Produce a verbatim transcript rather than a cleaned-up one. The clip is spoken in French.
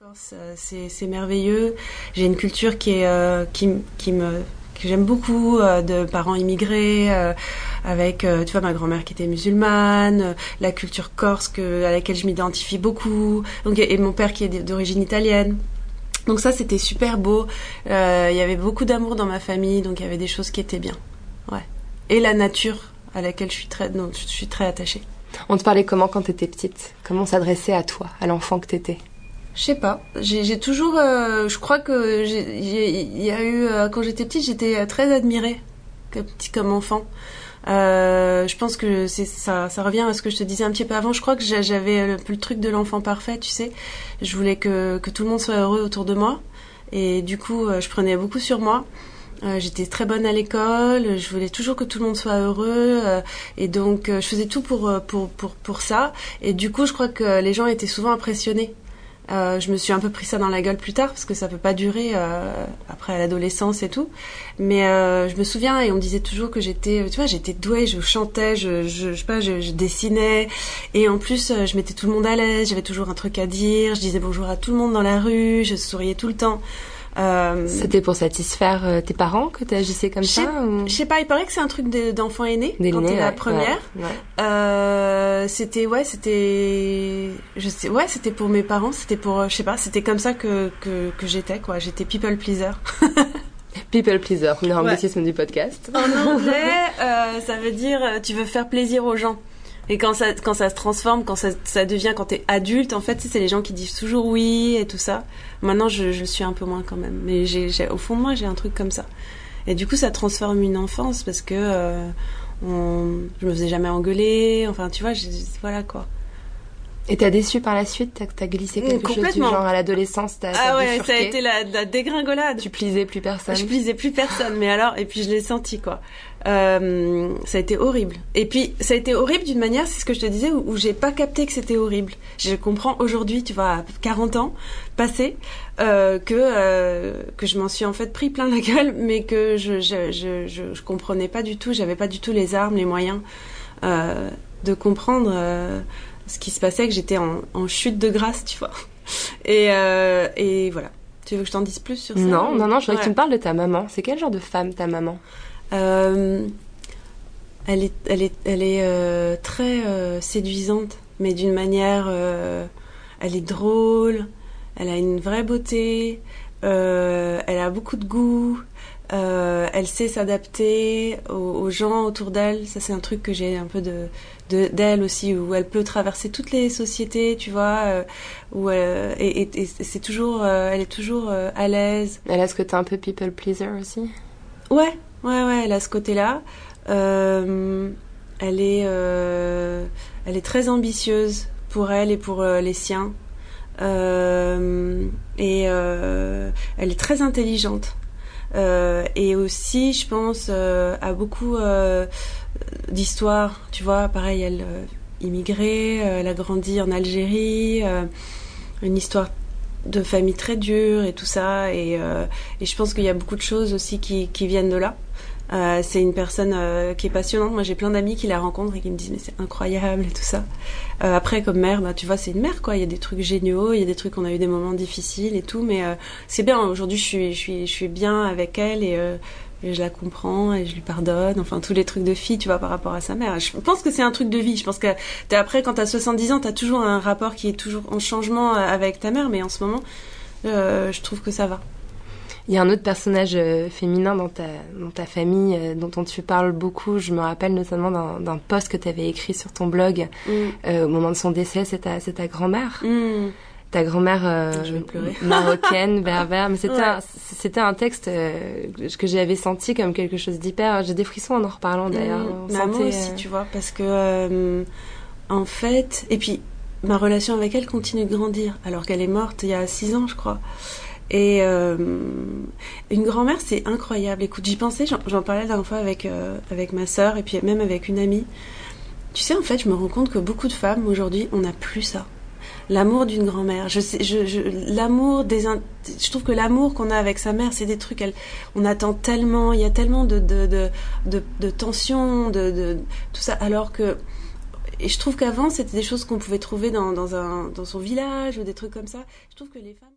Corse, euh, c'est, c'est merveilleux. J'ai une culture qui est euh, qui, qui me que j'aime beaucoup, euh, de parents immigrés, euh, avec, euh, tu vois, ma grand-mère qui était musulmane, euh, la culture corse que, à laquelle je m'identifie beaucoup, donc, et mon père qui est d'origine italienne. Donc ça, c'était super beau. Il euh, y avait beaucoup d'amour dans ma famille, donc il y avait des choses qui étaient bien. Ouais. Et la nature, à laquelle je suis très, non, je suis très attachée. On te parlait comment quand t'étais petite ? Comment on s'adressait à toi, à l'enfant que t'étais ? Je sais pas. J'ai, j'ai toujours, euh, je crois que il y a eu euh, quand j'étais petite, j'étais très admirée, comme petit comme enfant. Euh, je pense que c'est ça, ça revient à ce que je te disais un petit peu avant. Je crois que j'avais le, le truc de l'enfant parfait, tu sais. Je voulais que que tout le monde soit heureux autour de moi, et du coup, je prenais beaucoup sur moi. Euh, j'étais très bonne à l'école, je voulais toujours que tout le monde soit heureux, euh, et donc euh, je faisais tout pour pour pour pour ça. Et du coup, je crois que les gens étaient souvent impressionnés. Euh, je me suis un peu pris ça dans la gueule plus tard parce que ça peut pas durer euh, après l'adolescence et tout. Mais euh, je me souviens et on me disait toujours que j'étais, tu vois, j'étais douée, je chantais, je, je, je sais pas, je, je dessinais et en plus je mettais tout le monde à l'aise. J'avais toujours un truc à dire. Je disais bonjour à tout le monde dans la rue. Je souriais tout le temps. Euh, C'était pour satisfaire euh, tes parents que tu agissais comme ça ou... Je sais pas, il paraît que c'est un truc de, d'enfant aîné Des quand nés, t'es ouais, la première. Ouais, ouais. Euh, c'était ouais, c'était je sais ouais, c'était pour mes parents, c'était pour je sais pas, c'était comme ça que que que j'étais quoi, j'étais people pleaser. People pleaser, néo-anglicisme ouais. Du podcast. En anglais, euh, ça veut dire tu veux faire plaisir aux gens. Et quand ça, quand ça se transforme, quand ça, ça devient, quand t'es adulte, en fait, c'est les gens qui disent toujours oui et tout ça. Maintenant, je, je le suis un peu moins quand même. Mais j'ai, j'ai, au fond de moi, j'ai un truc comme ça. Et du coup, ça transforme une enfance parce que euh, on, je me faisais jamais engueuler. Enfin, tu vois, je, voilà quoi. Et t'as déçu par la suite, t'as, t'as glissé quelque chose du genre à l'adolescence, t'as, ah t'as ouais, bifurqué. Ça a été la, la dégringolade. Tu pliais plus personne. Je pliais plus personne, mais alors, et puis je l'ai senti quoi. Euh, ça a été horrible. Et puis ça a été horrible d'une manière, c'est ce que je te disais, où, où j'ai pas capté que c'était horrible. Je comprends aujourd'hui, tu vois, à quarante ans passés, euh, que euh, que je m'en suis en fait pris plein la gueule, mais que je je je je, je comprenais pas du tout, j'avais pas du tout les armes, les moyens euh, de comprendre. Euh, ce qui se passait, que j'étais en, en chute de grâce, tu vois. Et, euh, et voilà. Tu veux que je t'en dise plus sur ça ? Non, non, non, je voudrais ouais. que tu me parles de ta maman. C'est quel genre de femme, ta maman ? euh, Elle est, elle est, elle est euh, très euh, séduisante, mais d'une manière... Euh, elle est drôle, elle a une vraie beauté, euh, elle a beaucoup de goût, euh, elle sait s'adapter aux, aux gens autour d'elle. Ça, c'est un truc que j'ai un peu de... De, d'elle aussi, où elle peut traverser toutes les sociétés, tu vois, euh, où euh, et, et, et c'est toujours, euh, elle est toujours euh, à l'aise. Elle a ce côté un peu people pleaser aussi. Ouais, ouais, ouais, elle a ce côté-là. Euh, elle est, euh, elle est très ambitieuse pour elle et pour euh, les siens, euh, et euh, elle est très intelligente. Euh, et aussi, je pense, euh, à beaucoup euh, d'histoires, tu vois, pareil, elle euh, immigrée, euh, elle a grandi en Algérie, euh, une histoire de famille très dure et tout ça, et, euh, et je pense qu'il y a beaucoup de choses aussi qui, qui viennent de là. Euh, c'est une personne euh, qui est passionnante. Moi, j'ai plein d'amis qui la rencontrent et qui me disent mais c'est incroyable et tout ça. Euh, après, comme mère, bah tu vois, c'est une mère quoi. Il y a des trucs géniaux, il y a des trucs, on a eu des moments difficiles et tout, mais euh, c'est bien. Aujourd'hui, je suis, je suis, je suis bien avec elle et, euh, et je la comprends et je lui pardonne. Enfin, tous les trucs de fille, tu vois, par rapport à sa mère. Je pense que c'est un truc de vie. Je pense que t'es, après, quand t'as soixante-dix ans, t'as toujours un rapport qui est toujours en changement avec ta mère, mais en ce moment, euh, je trouve que ça va. Il y a un autre personnage euh, féminin dans ta, dans ta famille euh, dont on tu parles beaucoup. Je me rappelle notamment d'un, d'un post que tu avais écrit sur ton blog mm. euh, au moment de son décès. C'est ta, c'est ta grand-mère. Mm. Ta grand-mère euh, Je vais pleurer. marocaine, berbère. Mais c'était, ouais. un, c'était un texte euh, que j'avais senti comme quelque chose d'hyper... J'ai des frissons en en reparlant d'ailleurs. Mm. Bah, moi aussi, euh... tu vois, parce que euh, en fait... Et puis, ma relation avec elle continue de grandir, alors qu'elle est morte il y a six ans, je crois. Et euh, une grand-mère, c'est incroyable. Écoute, j'y pensais, j'en, j'en parlais la dernière fois avec, euh, avec ma sœur et puis même avec une amie. Tu sais, en fait, je me rends compte que beaucoup de femmes, aujourd'hui, on n'a plus ça. L'amour d'une grand-mère. Je sais, je, je, l'amour des... Je trouve que l'amour qu'on a avec sa mère, c'est des trucs... Elle, on attend tellement, il y a tellement de, de, de, de, de tension, de, de, tout ça, alors que... Et je trouve qu'avant, c'était des choses qu'on pouvait trouver dans, dans, un, dans son village ou des trucs comme ça. Je trouve que les femmes...